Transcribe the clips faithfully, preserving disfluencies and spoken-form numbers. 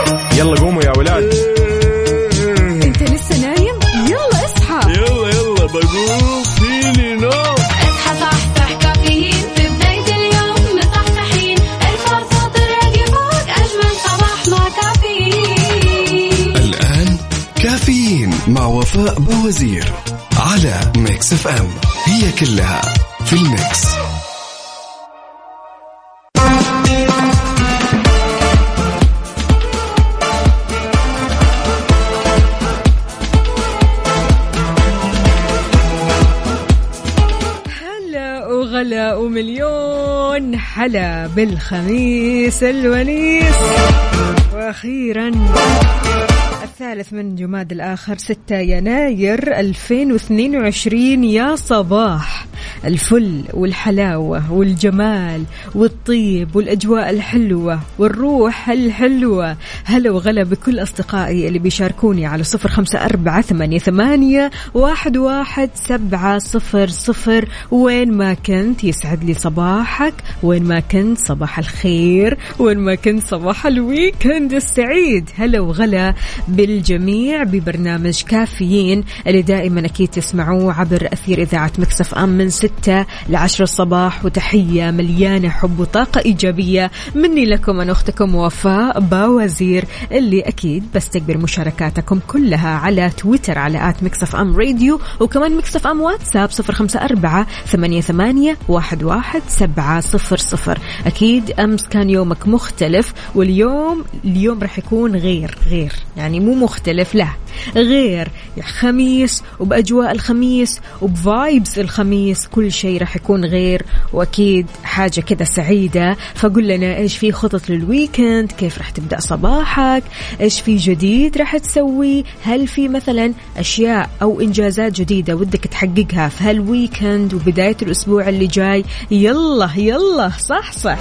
يلا قوموا يا ولاد. انت لسه نايم؟ يلا اصحى. يلا يلا بقوم فيني نوم. اصحى صحصح كافيين في بداية اليوم مصحصحين. الفرصة تراقي فوق أجمل صباح مع كافيين. الآن كافيين مع وفاء بوزير على ميكس اف ام. هي كلها في الميكس. غلا ومليون حلا بالخميس الونيس. وأخيرا الثالث من جماد الآخر ستة يناير ألفين واثنين وعشرين. يا صباح الفل والحلاوة والجمال والطيب والأجواء الحلوة والروح الحلوة. هلا وغلا بكل أصدقائي اللي بيشاركوني على صفر خمسة أربعة ثمانية ثمانية واحد واحد سبعة صفر صفر. وين ما كنت يسعد لي صباحك، وين ما كنت صباح الخير، وين ما كنت صباح الويكند السعيد. هلا وغلا بالجميع ببرنامج كافيين اللي دائما أكيد تسمعوه عبر أثير إذاعة ميكس اف ام من ستة لعشر الصباح. وتحية مليانة حب وطاقة إيجابية مني لكم أنا أختكم وفاء باوزير، اللي أكيد بستقبل مشاركاتكم كلها على تويتر على آت ميكس اف ام راديو، وكمان ميكس اف ام واتساب صفر خمسة أربعة ثمانية ثمانية واحد واحد سبعة صفر صفر. أكيد أمس كان يومك مختلف، واليوم اليوم رح يكون غير غير يعني مو مختلف، لا غير خميس وبأجواء الخميس وبفايبس الخميس. كل شيء رح يكون غير، وأكيد حاجة كده سعيدة. فقل لنا إيش في خطط للويكند، كيف رح تبدأ صباحك، إيش في جديد رح تسوي، هل في مثلا أشياء أو إنجازات جديدة ودك تحققها في هالويكند وبداية الأسبوع اللي جاي. يلا يلا صح صح.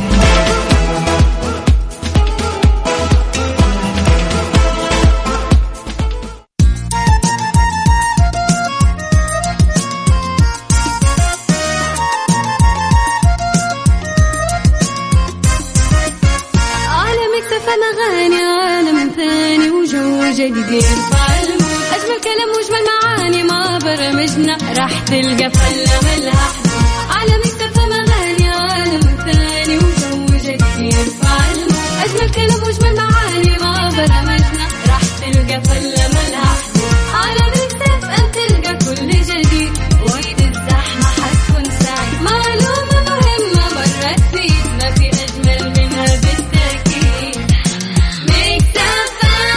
أجمل كلام وأجمل معاني ما برمجنا راح تلقى فلة ملها على مكتب مغاني عالم ثاني وجو جديد يرفع الموج. أجمل كلام وأجمل معاني ما برمجنا راح تلقى فلة ملها على مكتب أن تلقى كل جديد. وقت الزحمة حتكون سعيد، معلومة مهمة مرة تفيد، ما في أجمل منها بالتأكيد. مكتب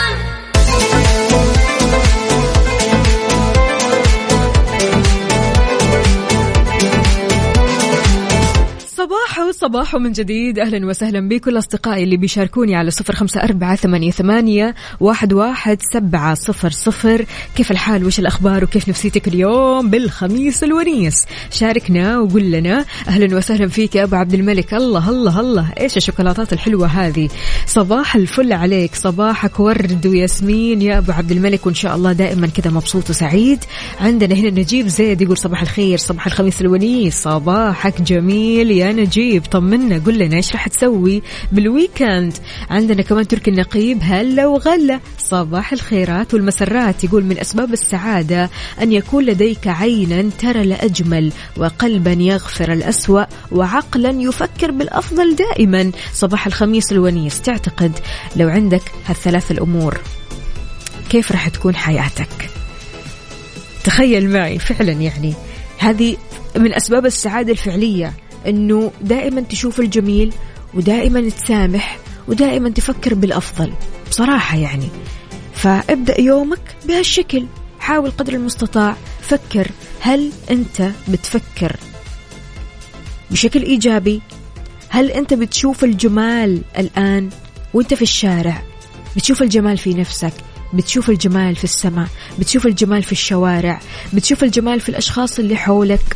صباحو صباحو من جديد. أهلا وسهلا بكل أصدقائي اللي بيشاركوني على صفر خمسة أربعة ثمانية ثمانية واحد واحد سبعة صفر صفر. كيف الحال وش الأخبار وكيف نفسيتك اليوم بالخميس الونيس؟ شاركنا وقول لنا. أهلا وسهلا فيك يا أبو عبد الملك. الله الله الله إيش الشوكولاتات الحلوة هذه. صباح الفل عليك، صباحك ورد وياسمين يا أبو عبد الملك، وإن شاء الله دائما كذا مبسوط وسعيد. عندنا هنا نجيب زيد يقول صباح الخير، صباح الخميس الونيس، صباحك جميل يا نجيب. طمنا قل لنا ايش راح تسوي بالويكند. عندنا كمان تركي النقيب هلا وغلا، صباح الخيرات والمسرات. يقول من أسباب السعادة أن يكون لديك عينا ترى الأجمل، وقلبا يغفر الأسوأ، وعقلا يفكر بالأفضل دائما. صباح الخميس الونيس. تعتقد لو عندك هالثلاث الأمور كيف راح تكون حياتك؟ تخيل معي فعلا، يعني هذه من أسباب السعادة الفعلية، أنه دائما تشوف الجميل، ودائما تسامح، ودائما تفكر بالأفضل بصراحة يعني. فابدأ يومك بهالشكل، حاول قدر المستطاع فكر، هل أنت بتفكر بشكل إيجابي؟ هل أنت بتشوف الجمال الآن وأنت في الشارع؟ بتشوف الجمال في نفسك، بتشوف الجمال في السماء، بتشوف الجمال في الشوارع، بتشوف الجمال في الأشخاص اللي حولك؟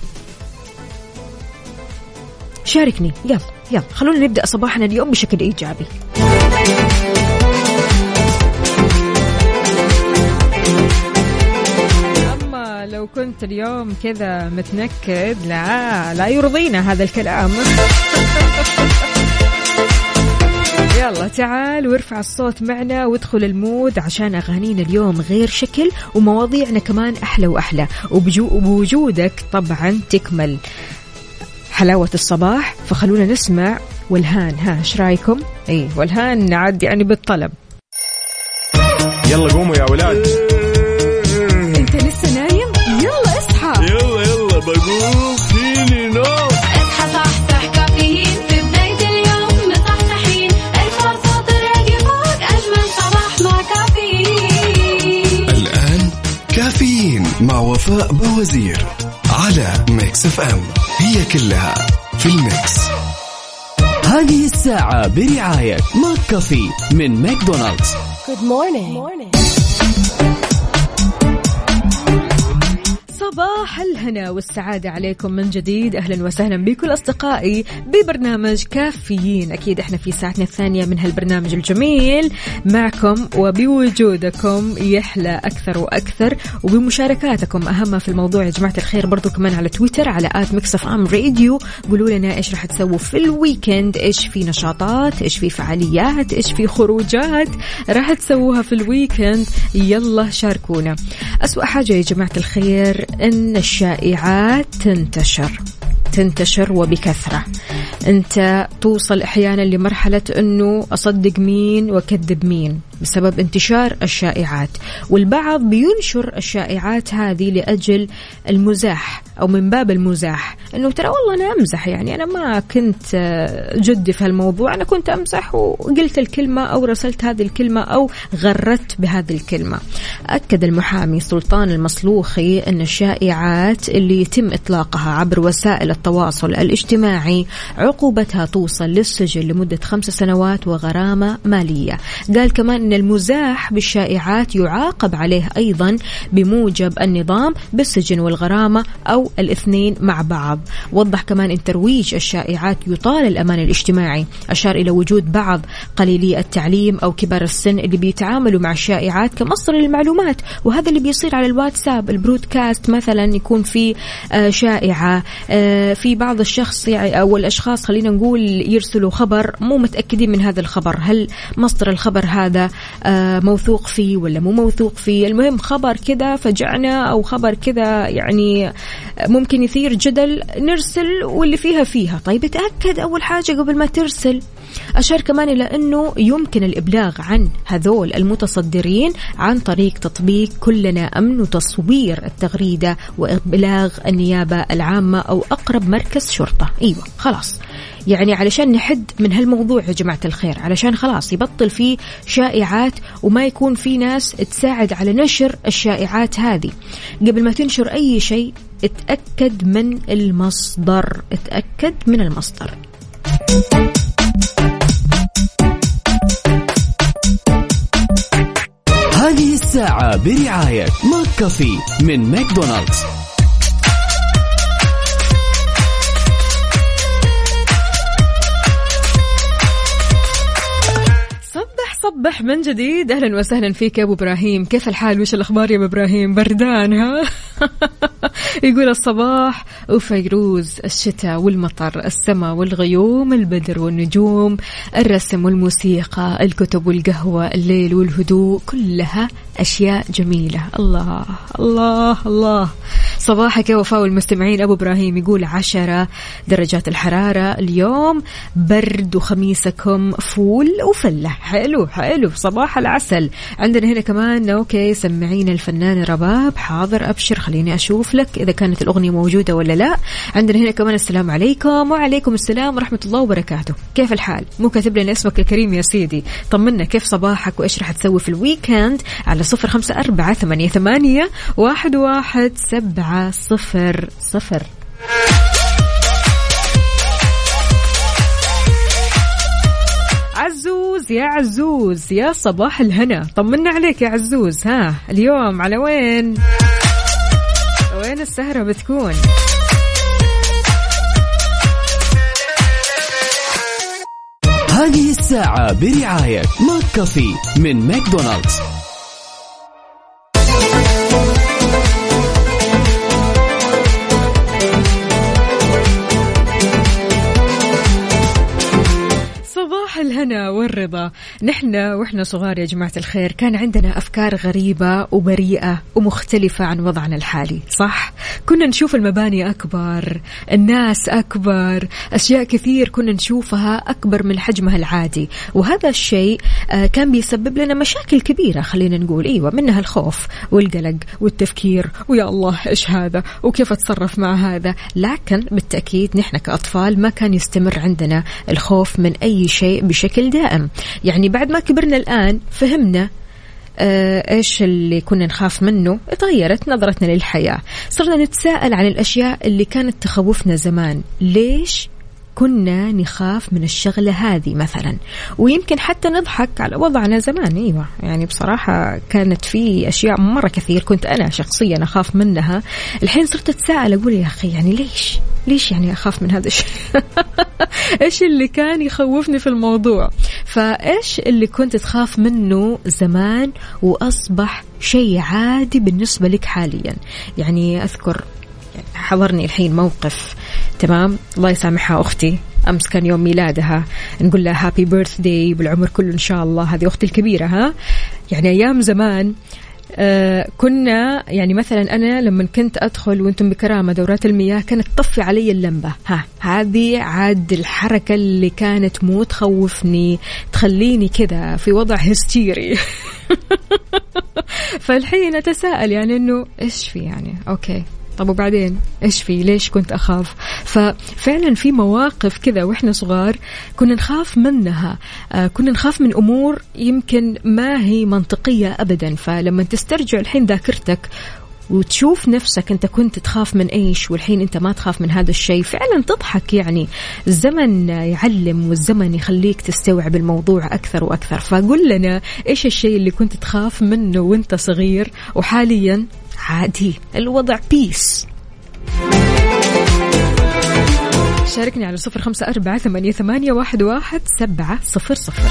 شاركني، يلا يلا خلونا نبدأ صباحنا اليوم بشكل إيجابي. أما لو كنت اليوم كذا متنكد، لا لا يرضينا هذا الكلام. يلا تعال وارفع الصوت معنا وادخل المود، عشان أغانينا اليوم غير شكل ومواضيعنا كمان أحلى وأحلى، وبوجودك طبعا تكمل حلاوة الصباح. فخلونا نسمع والهان. ها ايش رايكم؟ اي والهان عاد يعني بالطلب. يلا قوموا يا ولاد. انت لسه نايم؟ يلا اصحى. يلا يلا بقوم فيني نوم. اصحى صحصح كافيين في بداية اليوم مصحصحين، ارفع صوت الراديو فوق أجمل صباح مع كافيين. الآن كافيين مع وفاء بوزير على ميكس اف ام، هي كلها في الميكس. هذه الساعة برعاية ماك كافي من ماكدونالدز. Good morning. Good morning. صباح الهنا والسعادة عليكم من جديد. أهلا وسهلا بكل أصدقائي ببرنامج كافيين. أكيد إحنا في ساعتنا الثانية من هالبرنامج الجميل معكم وبوجودكم يحلى أكثر وأكثر، وبمشاركاتكم أهم في الموضوع يا جماعة الخير. برضو كمان على تويتر على آت ميكس أف أم راديو، قولوا لنا إيش راح تسووا في الويكند، إيش في نشاطات، إيش في فعاليات، إيش في خروجات راح تسووها في الويكند. يلا شاركونا. أسوأ حاجة يا جماعة الخير إن الشائعات تنتشر تنتشر وبكثرة. أنت توصل أحيانا لمرحلة أنه أصدق مين وكذب مين بسبب انتشار الشائعات، والبعض بينشر الشائعات هذه لأجل المزاح أو من باب المزاح، أنه ترى والله أنا أمزح، يعني أنا ما كنت جدي في هالموضوع، أنا كنت أمزح وقلت الكلمة أو رسلت هذه الكلمة أو غردت بهذه الكلمة. أكد المحامي سلطان المصلوخي أن الشائعات اللي يتم إطلاقها عبر وسائل التواصل الاجتماعي عقوبتها توصل للسجن لمدة خمس سنوات وغرامة مالية. قال كمان أن المزاح بالشائعات يعاقب عليه أيضا بموجب النظام بالسجن والغرامة أو الاثنين مع بعض. وضح كمان أن ترويج الشائعات يطال الأمان الاجتماعي. أشار إلى وجود بعض قليلي التعليم أو كبار السن اللي بيتعاملوا مع الشائعات كمصدر للمعلومات، وهذا اللي بيصير على الواتساب البرودكاست مثلا، يكون في شائعة في بعض الشخص يعني أو الأشخاص خلينا نقول يرسلوا خبر مو متأكدين من هذا الخبر، هل مصدر الخبر هذا موثوق فيه ولا مو موثوق فيه. المهم خبر كذا فجعنا أو خبر كذا يعني ممكن يثير جدل، نرسل واللي فيها فيها. طيب اتأكد أول حاجة قبل ما ترسل. أشار كمان إلى أنه يمكن الإبلاغ عن هذول المتصدرين عن طريق تطبيق كلنا أمن وتصوير التغريدة وإبلاغ النيابة العامة أو أقرب مركز شرطة. أيوة خلاص، يعني علشان نحد من هالموضوع يا جماعة الخير، علشان خلاص يبطل فيه شائعات وما يكون في ناس تساعد على نشر الشائعات هذه. قبل ما تنشر أي شيء اتأكد من المصدر، اتأكد من المصدر. هذه الساعة برعاية ماك كافي من ماكدونالدز. صبح من جديد. أهلا وسهلا فيك يا أبو إبراهيم، كيف الحال وش الأخبار يا أبو إبراهيم؟ بردان ها؟ يقول الصباح وفيروز، الشتاء والمطر، السماء والغيوم، البدر والنجوم، الرسم والموسيقى، الكتب والقهوة، الليل والهدوء، كلها أشياء جميلة. الله الله الله. صباحك يا وفاء والمستمعين. أبو إبراهيم يقول عشرة درجات الحرارة اليوم، برد وخميسكم فول وفلة. حلو حلو، صباح العسل. عندنا هنا كمان أوكي سمعين الفنان رباب. حاضر أبشر، خليني أشوف لك إذا كانت الأغنية موجودة ولا لا. عندنا هنا كمان السلام عليكم. وعليكم السلام ورحمة الله وبركاته. كيف الحال؟ مو كاتب لنا اسمك الكريم يا سيدي. طمنا كيف صباحك وإيش راح تسوي في الويكند على صفر خمسة أربعة ثمانية ثمانية واحد واحد سبعة صفر صفر. عزوز يا عزوز، يا صباح الهنا، طمنا عليك يا عزوز. ها اليوم على وين وين السهرة بتكون؟ هذه الساعة برعاية ماك كافي من ماكدونالدز. بالهنا والرضا. نحن وإحنا صغار يا جماعة الخير كان عندنا أفكار غريبة وبريئة ومختلفة عن وضعنا الحالي، صح؟ كنا نشوف المباني أكبر، الناس أكبر، أشياء كثير كنا نشوفها أكبر من حجمها العادي، وهذا الشيء كان بيسبب لنا مشاكل كبيرة، خلينا نقول إيوه، منها الخوف والقلق والتفكير، ويا الله إيش هذا وكيف أتصرف مع هذا. لكن بالتأكيد نحن كأطفال ما كان يستمر عندنا الخوف من أي شيء بشكل دائم. يعني بعد ما كبرنا الآن فهمنا آه إيش اللي كنا نخاف منه، تغيرت نظرتنا للحياة، صرنا نتساءل عن الأشياء اللي كانت تخوفنا زمان، ليش كنا نخاف من الشغلة هذه مثلا، ويمكن حتى نضحك على وضعنا زمان. أيوة يعني بصراحة كانت في أشياء مرة كثير كنت أنا شخصيا أخاف منها، الحين صرت أتساءل أقول يا أخي يعني ليش ليش يعني أخاف من هذا الشيء إيش اللي كان يخوفني في الموضوع. فإيش اللي كنت تخاف منه زمان وأصبح شيء عادي بالنسبة لك حاليا؟ يعني أذكر يعني حضرني الحين موقف، تمام، الله يسامحها أختي، أمس كان يوم ميلادها، نقول لها هابي بيرثداي بالعمر كله إن شاء الله، هذه أختي الكبيرة. ها يعني أيام زمان آه كنا يعني مثلا أنا لما كنت أدخل وأنتم بكرامة دورات المياه كانت تطفي علي اللمبة، ها هذه عاد الحركة اللي كانت مو تخوفني، تخليني كذا في وضع هستيري فالحين أتساءل يعني إنه إيش في يعني أوكي طب وبعدين إيش في، ليش كنت أخاف؟ ففعلا في مواقف كذا وإحنا صغار كنا نخاف منها، آه كنا نخاف من أمور يمكن ما هي منطقية أبدا. فلما تسترجع الحين ذاكرتك وتشوف نفسك أنت كنت تخاف من إيش والحين أنت ما تخاف من هذا الشيء، فعلا تضحك. يعني الزمن يعلم والزمن يخليك تستوعب الموضوع أكثر وأكثر. فقل لنا إيش الشيء اللي كنت تخاف منه وأنت صغير وحاليا عادي الوضع بيس. شاركني على صفر خمسة أربعة ثمانية ثمانية واحد واحد سبعة صفر صفر.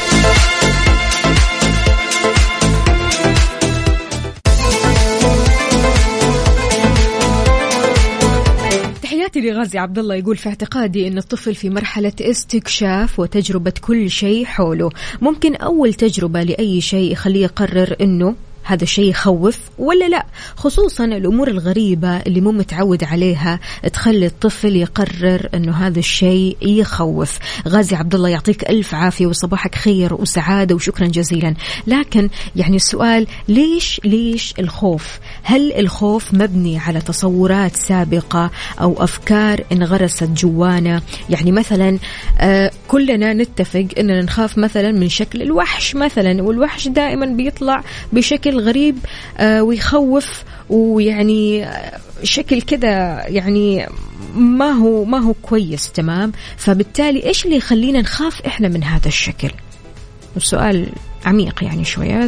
تحياتي لغازي عبد الله، يقول في اعتقادي أن الطفل في مرحلة استكشاف وتجربة كل شيء حوله، ممكن أول تجربة لأي شيء يخليه يقرر أنه هذا الشيء يخوف ولا لا، خصوصا الأمور الغريبة اللي مو متعود عليها تخلي الطفل يقرر أنه هذا الشيء يخوف. غازي عبد الله يعطيك ألف عافية وصباحك خير وسعادة وشكرا جزيلا. لكن يعني السؤال ليش ليش الخوف؟ هل الخوف مبني على تصورات سابقة أو أفكار انغرست جوانا؟ يعني مثلا آه كلنا نتفق أننا نخاف مثلا من شكل الوحش مثلا، والوحش دائما بيطلع بشكل غريب آه ويخوف، ويعني شكل كذا يعني ما هو ما هو كويس، تمام. فبالتالي إيش اللي يخلينا نخاف إحنا من هذا الشكل؟ السؤال عميق يعني شوية.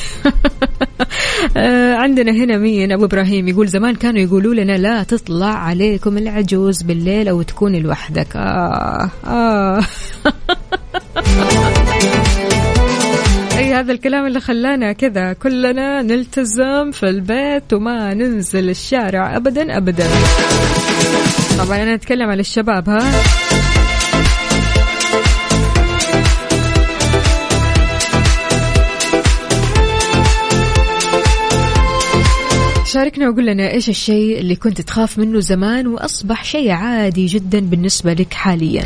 آه عندنا هنا مين؟ أبو إبراهيم يقول زمان كانوا يقولوا لنا لا تطلع عليكم العجوز بالليل أو تكون لوحدك. آه آه أي هذا الكلام اللي خلانا كذا كلنا نلتزم في البيت وما ننزل الشارع أبدا أبدا. طبعا أنا أتكلم على الشباب. ها شاركنا وقول لنا إيش الشيء اللي كنت تخاف منه زمان وأصبح شيء عادي جدا بالنسبة لك حاليا.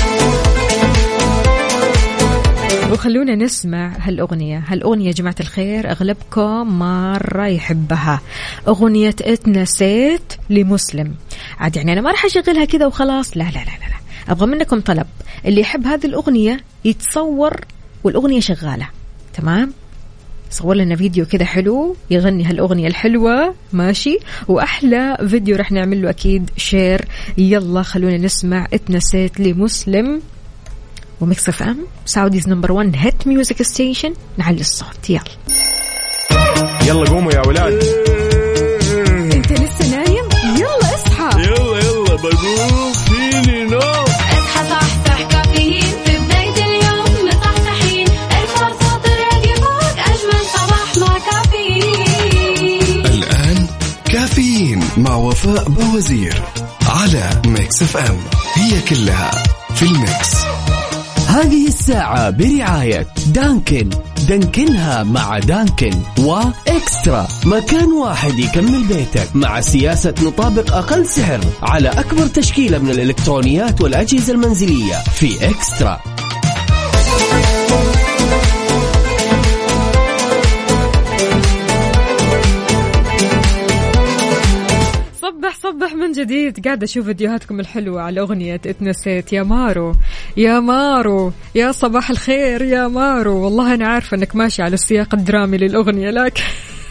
وخلونا نسمع هالأغنية. هالأغنية يا جماعة الخير أغلبكم مرة يحبها، أغنية اتنسيت لمسلم. عاد يعني أنا ما راح أشغلها كذا وخلاص، لا لا لا لا، أبغى منكم طلب، اللي يحب هذه الأغنية يتصور والأغنية شغالة، تمام؟ صور لنا فيديو كذا حلو يغني هالأغنية الحلوة، ماشي؟ وأحلى فيديو رح نعمل له أكيد شير. يلا خلونا نسمع اتنسيت لمسلم وميكس اف ام سعوديز نمبر ون هيت ميوزك ستيشن. نعلي الصوت، يلا يلا قوموا يا ولاد. انت لسه نايم؟ يلا اصحى، يلا يلا بقوم فيني نوم. اصحى صحصح كافيين في بداية اليوم مصحصحين، ارفع صوت الراديو فوق أجمل صباح مع كافيين. الآن كافيين مع وفاء بوزير على ميكس اف ام، هي كلها في الميكس. هذه الساعة برعاية دانكن، دانكنها مع دانكن، وإكسترا، مكان واحد يكمل بيتك مع سياسة نطابق أقل سعر على أكبر تشكيلة من الإلكترونيات والأجهزة المنزلية في إكسترا. صبح صبح من جديد. قاعدة أشوف فيديوهاتكم الحلوة على أغنية اتنسيت يا مارو يا مارو. يا صباح الخير يا مارو. والله أنا عارفة أنك ماشي على السياق الدرامي للأغنية، لكن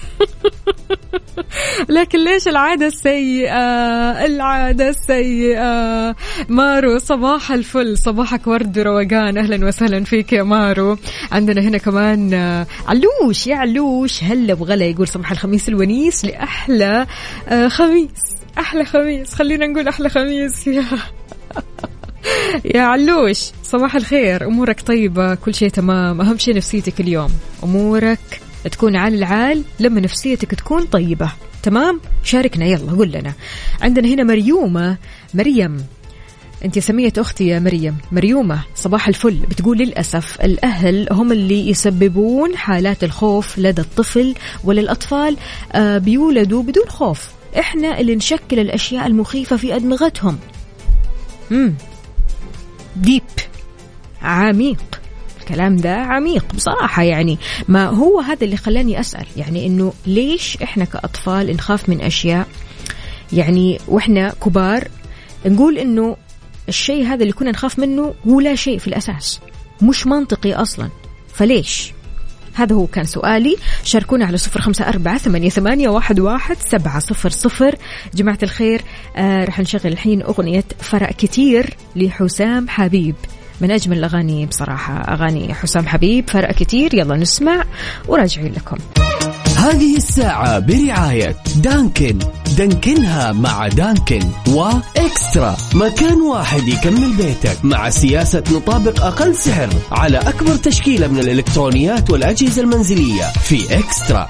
لكن ليش العادة السيئة العادة السيئة؟ مارو صباح الفل، صباحك ورد وروقان. أهلا وسهلا فيك يا مارو. عندنا هنا كمان علوش، يا علوش هلا بغلا، يقول صباح الخميس الونيس لأحلى خميس. أحلى خميس، خلينا نقول أحلى خميس يا يا علوش. صباح الخير، أمورك طيبة؟ كل شيء تمام؟ أهم شيء نفسيتك اليوم، أمورك تكون عال العال لما نفسيتك تكون طيبة. تمام؟ شاركنا يلا، قول لنا. عندنا هنا مريومة. مريم، أنت سميت أختي يا مريم. مريومة صباح الفل، بتقول للأسف الأهل هم اللي يسببون حالات الخوف لدى الطفل، وللأطفال آه بيولدوا بدون خوف. إحنا اللي نشكل الأشياء المخيفة في أدمغتهم. مم. ديب، عميق الكلام ده، عميق بصراحة. يعني ما هو هذا اللي خلاني أسأل، يعني إنه ليش إحنا كأطفال نخاف من أشياء، يعني وإحنا كبار نقول إنه الشيء هذا اللي كنا نخاف منه هو لا شيء في الأساس، مش منطقي أصلا، فليش؟ هذا هو كان سؤالي. شاركونا على صفر خمسة أربعة ثمانية ثمانية واحد واحد سبعة صفر صفر. جماعة الخير، آه رح نشغل الحين أغنية فرق كتير لحسام حبيب، من أجمل الأغاني بصراحة، أغاني حسام حبيب، فرق كتير. يلا نسمع وراجعين لكم. هذه الساعة برعاية دانكن، دانكنها مع دانكن، وإكسترا، مكان واحد يكمل بيتك مع سياسة نطابق أقل سعر على أكبر تشكيلة من الإلكترونيات والأجهزة المنزلية في إكسترا.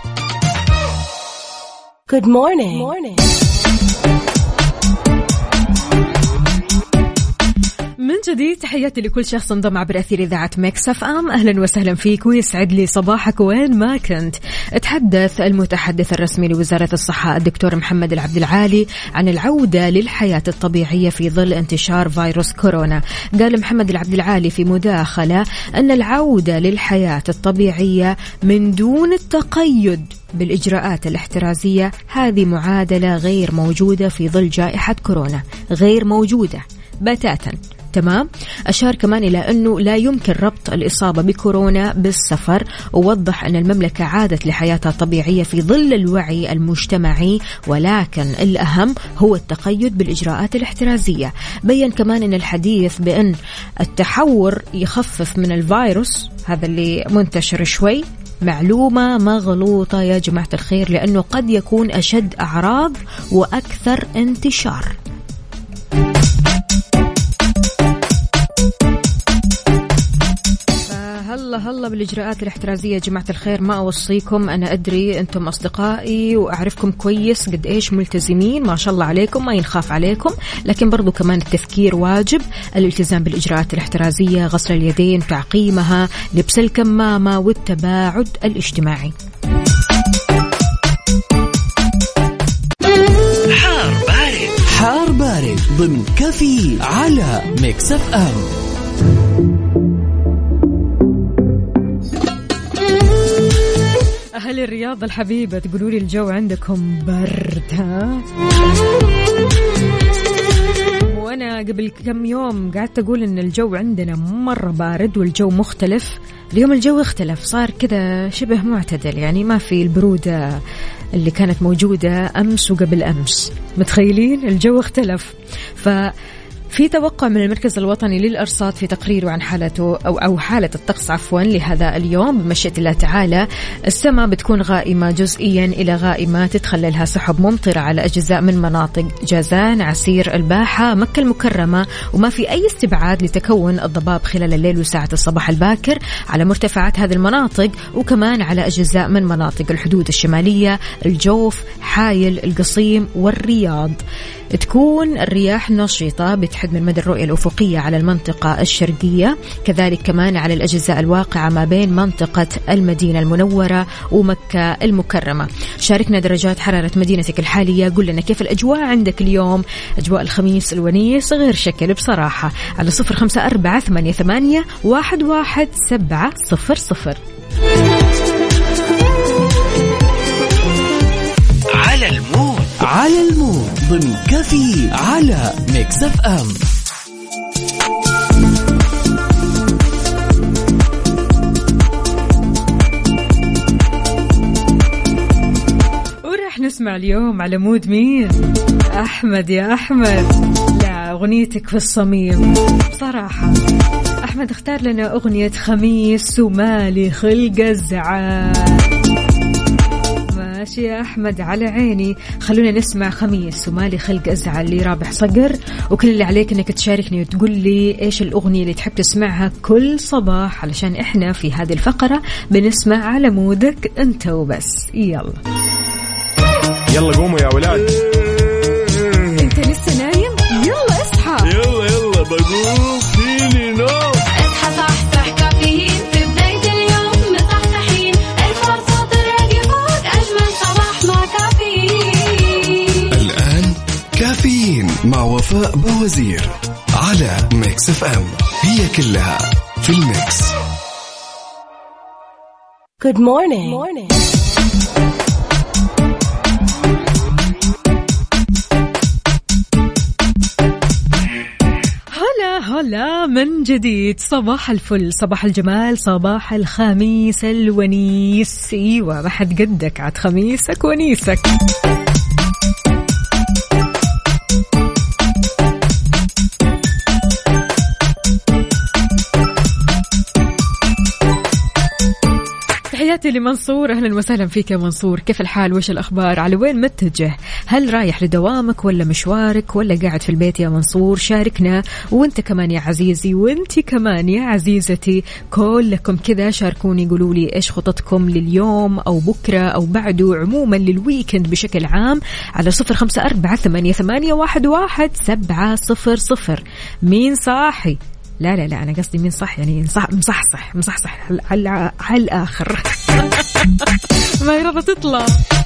Good morning. Good morning. من جديد تحياتي لكل شخص انضم عبر أثير إذاعة ميكس اف ام. أهلا وسهلا فيك ويسعد لي صباحك وين ما كنت. تحدث المتحدث الرسمي لوزارة الصحة الدكتور محمد العبد العالي عن العودة للحياة الطبيعية في ظل انتشار فيروس كورونا. قال محمد العبد العالي في مداخلة أن العودة للحياة الطبيعية من دون التقيد بالإجراءات الاحترازية هذه معادلة غير موجودة في ظل جائحة كورونا، غير موجودة بتاتا. تمام. أشار كمان إلى أنه لا يمكن ربط الإصابة بكورونا بالسفر، ووضح أن المملكة عادت لحياتها الطبيعية في ظل الوعي المجتمعي، ولكن الأهم هو التقيد بالإجراءات الاحترازية. بيّن كمان أن الحديث بأن التحور يخفف من الفيروس هذا اللي منتشر شوي معلومة مغلوطة يا جماعة الخير، لأنه قد يكون أشد أعراض وأكثر انتشار. هلا هلا بالإجراءات الاحترازية يا جماعة الخير. ما أوصيكم، أنا أدري أنتم أصدقائي وأعرفكم كويس قد إيش ملتزمين، ما شاء الله عليكم، ما ينخاف عليكم، لكن برضو كمان التفكير واجب. الالتزام بالإجراءات الاحترازية، غسل اليدين، تعقيمها، لبس الكمامة، والتباعد الاجتماعي. حار بارد، حار بارد ضمن كفي على ميكس اف ام. أهل الرياض الحبيبة، تقولوا لي الجو عندكم برد ها؟ وأنا قبل كم يوم قعدت أقول إن الجو عندنا مرة بارد والجو مختلف. اليوم الجو اختلف، صار كذا شبه معتدل، يعني ما في البرودة اللي كانت موجودة أمس وقبل أمس. متخيلين الجو اختلف. ف في توقع من المركز الوطني للأرصاد في تقريره عن حالته أو أو حالة الطقس عفوا لهذا اليوم بمشيئة الله تعالى. السماء بتكون غائمة جزئيا إلى غائمة، تتخللها سحب ممطرة على أجزاء من مناطق جازان، عسير، الباحة، مكة المكرمة، وما في أي استبعاد لتكون الضباب خلال الليل وساعة الصباح الباكر على مرتفعات هذه المناطق، وكمان على أجزاء من مناطق الحدود الشمالية، الجوف، حايل، القصيم والرياض. تكون الرياح نشطة تحد من مدى الرؤية الأفقية على المنطقة الشرقية، كذلك كمان على الأجزاء الواقعة ما بين منطقة المدينة المنورة ومكة المكرمة. شاركنا درجات حرارة مدينتك الحالية، قل لنا كيف الأجواء عندك اليوم، أجواء الخميس الونيس غير شكل بصراحة، على صفر خمسة أربعة ثمانية ثمانية واحد واحد سبعة صفر صفر. على المود على المود ضمن كافيين على ميكس اف ام. وراح نسمع اليوم على مود مين؟ أحمد يا أحمد، لا أغنيتك في الصميم بصراحة. أحمد اختار لنا أغنية خميس ومالي خلق الزعال. ماشي يا أحمد على عيني، خلونا نسمع خميس ومالي خلق أزعل لرابح صقر. وكل اللي عليك أنك تشاركني وتقول لي إيش الأغنية اللي تحب تسمعها كل صباح، علشان إحنا في هذه الفقرة بنسمع على مودك أنت وبس. يلا يلا قوموا يا ولاد. أنت لسه نايم؟ يلا اصحى. يلا يلا بقوم فيني نوم. اصحى صحصح كافيين في بداية اليوم مصحصحين، الفرصة تراقي فوق أجمل صباح مع كافيين. الآن كافيين مع وفاء بوزير على ميكس اف ام، هي كلها في الميكس. Good morning. Good morning. هلا من جديد، صباح الفل، صباح الجمال، صباح الخميس الونيس. ايوه ما حد قدك، عاد خميسك ونيسك. تحياتي لمنصور، أهلا وسهلا فيك يا منصور، كيف الحال وش الأخبار، على وين متجه، هل رايح لدوامك ولا مشوارك ولا قاعد في البيت يا منصور؟ شاركنا، وانت كمان يا عزيزي وانت كمان يا عزيزتي، كلكم كذا شاركوني، قولوا لي إيش خططكم لليوم أو بكرة أو بعده، عموما للويكند بشكل عام، على صفر خمسة أربعة ثمانية ثمانية واحد واحد سبعة صفر صفر. مين صاحي؟ لا لا لا أنا قصدي مين صح، يعني مصح مصحصح مصحصح على على الآخر ما يرضى تطلع.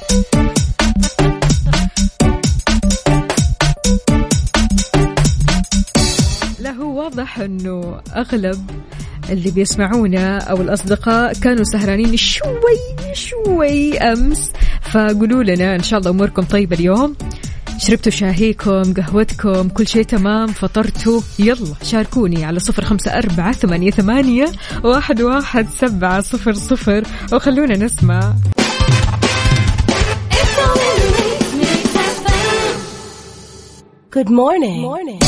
لا هو واضح إنه أغلب اللي بيسمعونا أو الأصدقاء كانوا سهرانين شوي شوي أمس، فقولوا لنا إن شاء الله أموركم طيبة اليوم، شربتوا شاهيكم قهوتكم كل شيء تمام، فطرتوا؟ يلا شاركوني على صفر خمسة أربعة ثمانية ثمانية واحد واحد سبعة صفر صفر وخلونا نسمع. Good morning. Good morning.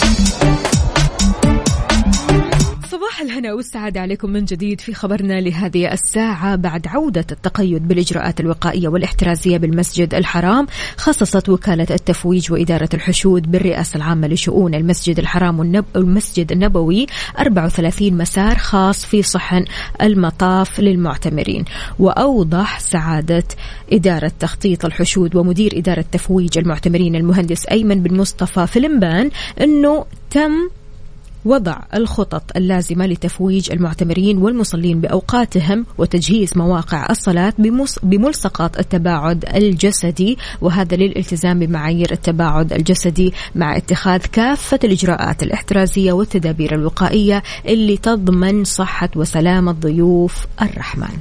صباح الهنا والسعادة عليكم من جديد في خبرنا لهذه الساعة. بعد عودة التقيد بالإجراءات الوقائية والاحترازية بالمسجد الحرام، خصصت وكالة التفويج وإدارة الحشود بالرئاسة العامة لشؤون المسجد الحرام والمسجد النبوي أربعة وثلاثين مسار خاص في صحن المطاف للمعتمرين. وأوضح سعادة إدارة تخطيط الحشود ومدير إدارة تفويج المعتمرين المهندس أيمن بن مصطفى فلمبان أنه تم وضع الخطط اللازمة لتفويج المعتمرين والمصلين بأوقاتهم وتجهيز مواقع الصلاة بملصقات التباعد الجسدي، وهذا للالتزام بمعايير التباعد الجسدي مع اتخاذ كافة الإجراءات الاحترازية والتدابير الوقائية اللي تضمن صحة وسلامة ضيوف الرحمن.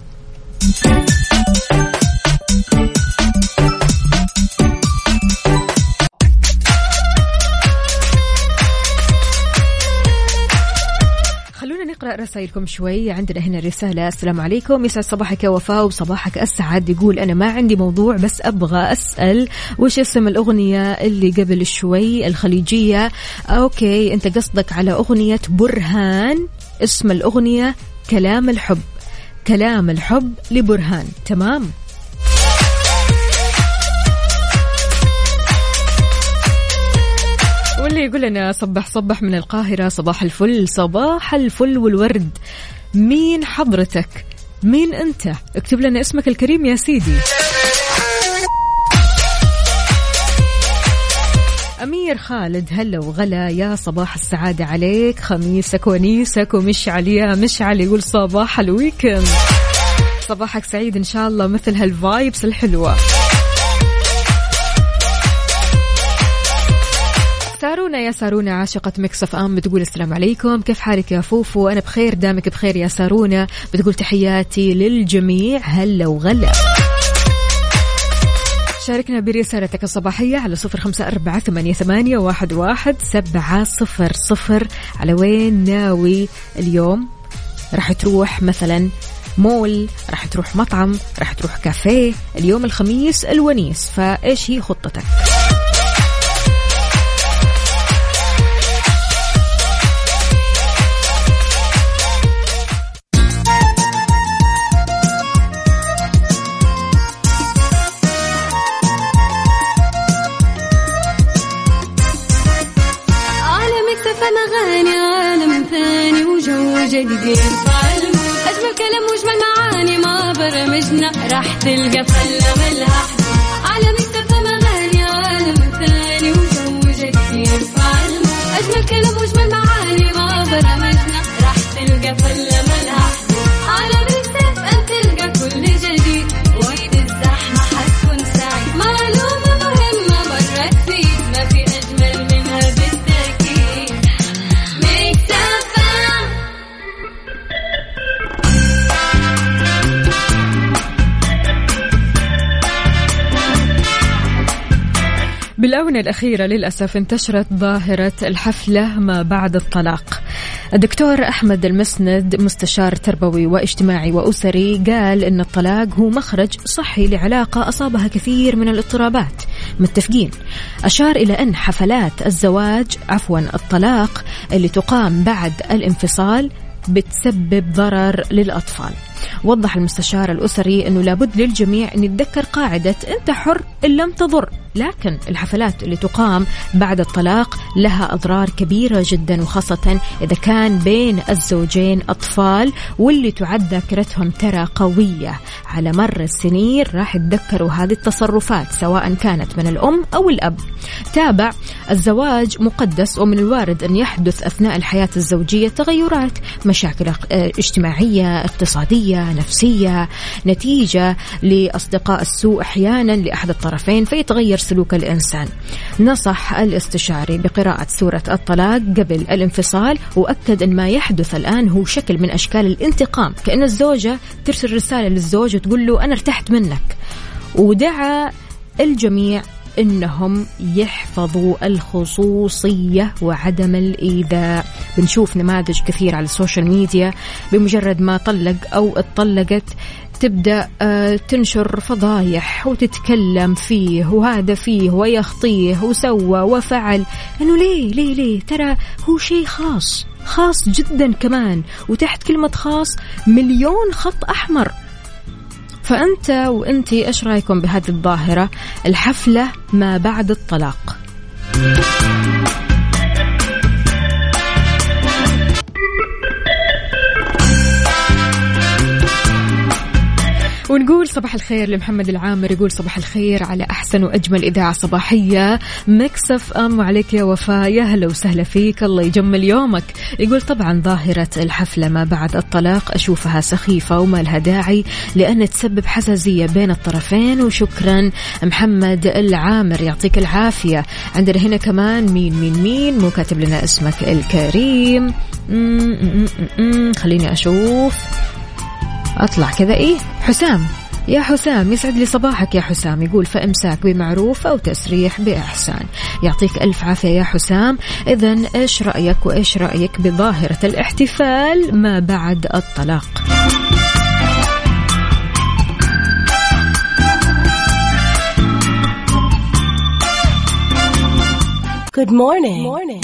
نقرأ رسائلكم شوي. عندنا هنا رسالة: السلام عليكم، يسعد صباحك يا وفاء وصباحك السعد. يقول أنا ما عندي موضوع بس أبغى أسأل وش اسم الأغنية اللي قبل شوي الخليجية؟ أوكي أنت قصدك على أغنية برهان، اسم الأغنية كلام الحب، كلام الحب لبرهان. تمام. واللي يقول لنا صبح صبح من القاهرة، صباح الفل، صباح الفل والورد. مين حضرتك؟ مين أنت؟ اكتب لنا اسمك الكريم يا سيدي. أمير خالد هلا وغلا، يا صباح السعادة عليك، خميسك ونيسك ومشعل يا مشعل، يقول صباح الويكند، صباحك سعيد إن شاء الله مثل هالفايبس الحلوة. سارونا يا سارونا عاشقة مكسف آم بتقول السلام عليكم، كيف حالك يا فوفو؟ أنا بخير، دامك بخير يا سارونا. بتقول تحياتي للجميع، هلا وغلا. شاركنا برسالتك الصباحية على صفر خمسة أربعة ثمانية ثمانية واحد واحد سبعة صفر صفر. على وين ناوي اليوم؟ راح تروح مثلا مول، راح تروح مطعم، راح تروح كافيه، اليوم الخميس الونيس، فإيش هي خطتك؟ جديد يرفع المود، أجمل كلام وأجمل معاني ما برمجنا راح تلقى فلة ملها على مكتب مغاني عالم ثاني وجو جديد يرفع المود، أجمل كلام وأجمل معاني ما برمجنا راح تلقى فلة ملها على مكتب أن تلقى كل جديد، وقت الزحمة حتكون سعيد، معلومة مهمة مرت فيك ما في أجمل منها بالتأكيد. بالآونة الأخيرة للأسف انتشرت ظاهرة الحفلة ما بعد الطلاق. الدكتور أحمد المسند مستشار تربوي واجتماعي وأسري قال إن الطلاق هو مخرج صحي لعلاقة أصابها كثير من الاضطرابات. متفقين. أشار إلى أن حفلات الزواج عفوا الطلاق اللي تقام بعد الانفصال بتسبب ضرر للأطفال. وضح المستشار الأسري أنه لابد للجميع أن يتذكر قاعدة أنت حر إن لم تضر، لكن الحفلات اللي تقام بعد الطلاق لها أضرار كبيرة جدا، وخاصة إذا كان بين الزوجين أطفال واللي تعد ذاكرتهم ترى قوية على مر السنين، راح يتذكروا هذه التصرفات سواء كانت من الأم أو الأب. تابع الزواج مقدس، ومن الوارد أن يحدث أثناء الحياة الزوجية تغيرات، مشاكل اجتماعية، اقتصادية، نفسية، نتيجة لأصدقاء السوء أحيانا لأحد الطرفين فيتغير سلوك الإنسان. نصح الاستشاري بقراءة سورة الطلاق قبل الانفصال، وأكد أن ما يحدث الآن هو شكل من أشكال الانتقام، كأن الزوجة ترسل رسالة للزوج وتقول له أنا ارتحت منك. ودعا الجميع إنهم يحفظوا الخصوصية وعدم الإيذاء. بنشوف نماذج كثير على السوشيال ميديا بمجرد ما طلق أو اتطلقت تبدأ تنشر فضايح وتتكلم فيه وهذا فيه ويخطيه وسوى وفعل. إنه ليه ليه ليه ترى هو شيء خاص خاص جدا كمان، وتحت كلمة خاص مليون خط أحمر. فأنت وأنتي إيش رأيكم بهذه الظاهرة الحفلة ما بعد الطلاق؟ ونقول صباح الخير لمحمد العامر، يقول صباح الخير على أحسن وأجمل إذاعة صباحية مكسف أم، وعليك يا وفاء، يا هلا وسهلا فيك، الله يجمل يومك. يقول طبعا ظاهرة الحفلة ما بعد الطلاق أشوفها سخيفة وما لها داعي لأن تسبب حساسية بين الطرفين. وشكرا محمد العامر، يعطيك العافية. عندنا هنا كمان مين مين مين مو كاتب لنا اسمك الكريم. م -م -م -م. خليني أشوف أطلع كذا. إيه حسام، يا حسام يسعد لي صباحك يا حسام. يقول فإمساك بمعروف أو تسريح بإحسان. يعطيك ألف عافية يا حسام. إذن إيش رأيك وإيش رأيك بظاهرة الاحتفال ما بعد الطلاق؟ Good morning. Good morning.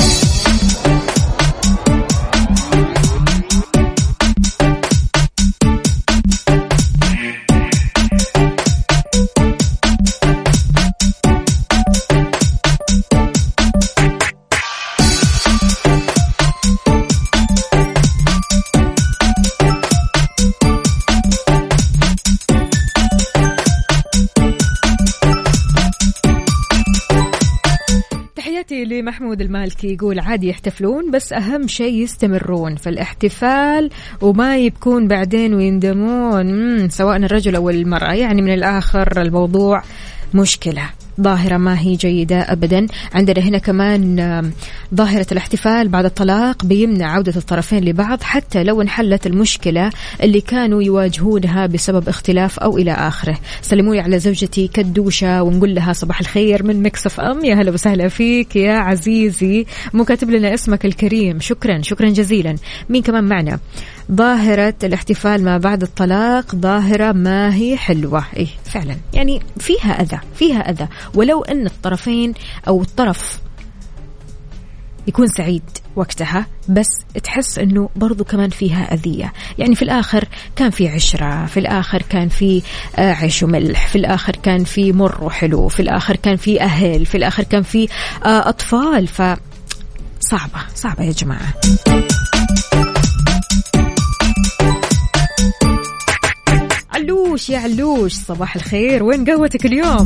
في لمحمود المالكي يقول عادي يحتفلون بس أهم شيء يستمرون في الاحتفال وما يبكون بعدين ويندمون، سواء الرجل أو المرأة. يعني من الآخر الموضوع مشكلة، ظاهرة ما هي جيدة أبدا. عندنا هنا كمان ظاهرة الاحتفال بعد الطلاق بيمنع عودة الطرفين لبعض حتى لو انحلت المشكلة اللي كانوا يواجهونها بسبب اختلاف أو إلى آخره. سلموا لي على زوجتي كدوشة ونقول لها صباح الخير من ميكس اف ام. يا هلا وسهلا فيك يا عزيزي، مو كاتب لنا اسمك الكريم، شكرا شكرا جزيلا. مين كمان معنا؟ ظاهرة الاحتفال ما بعد الطلاق ظاهرة ما هي حلوة. إيه فعلا، يعني فيها أذى، فيها أذى، ولو أن الطرفين أو الطرف يكون سعيد وقتها، بس تحس أنه برضو كمان فيها أذية. يعني في الآخر كان في عشرة، في الآخر كان في عيش وملح، في الآخر كان في مر وحلو، في الآخر كان في أهل، في الآخر كان في أطفال. فصعبة صعبة يا جماعة. علوش يا علوش، صباح الخير، وين قهوتك اليوم؟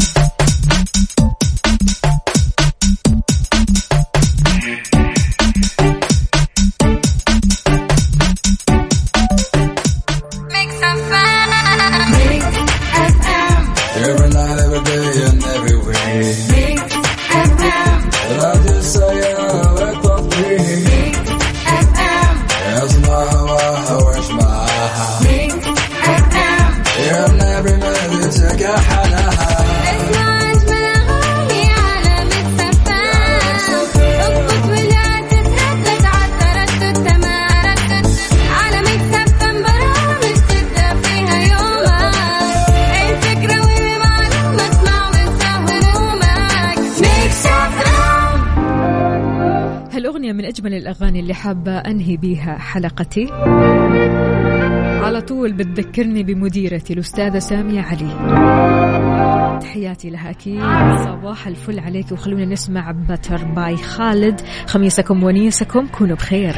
من أجمل الأغاني اللي حابة أنهي بيها حلقتي، على طول بتذكرني بمديرتي الأستاذة سامية علي، تحياتي لها أكيد. صباح الفل عليك، وخلونا نسمع بتر باي خالد. خميسكم ونيسكم، كونوا بخير.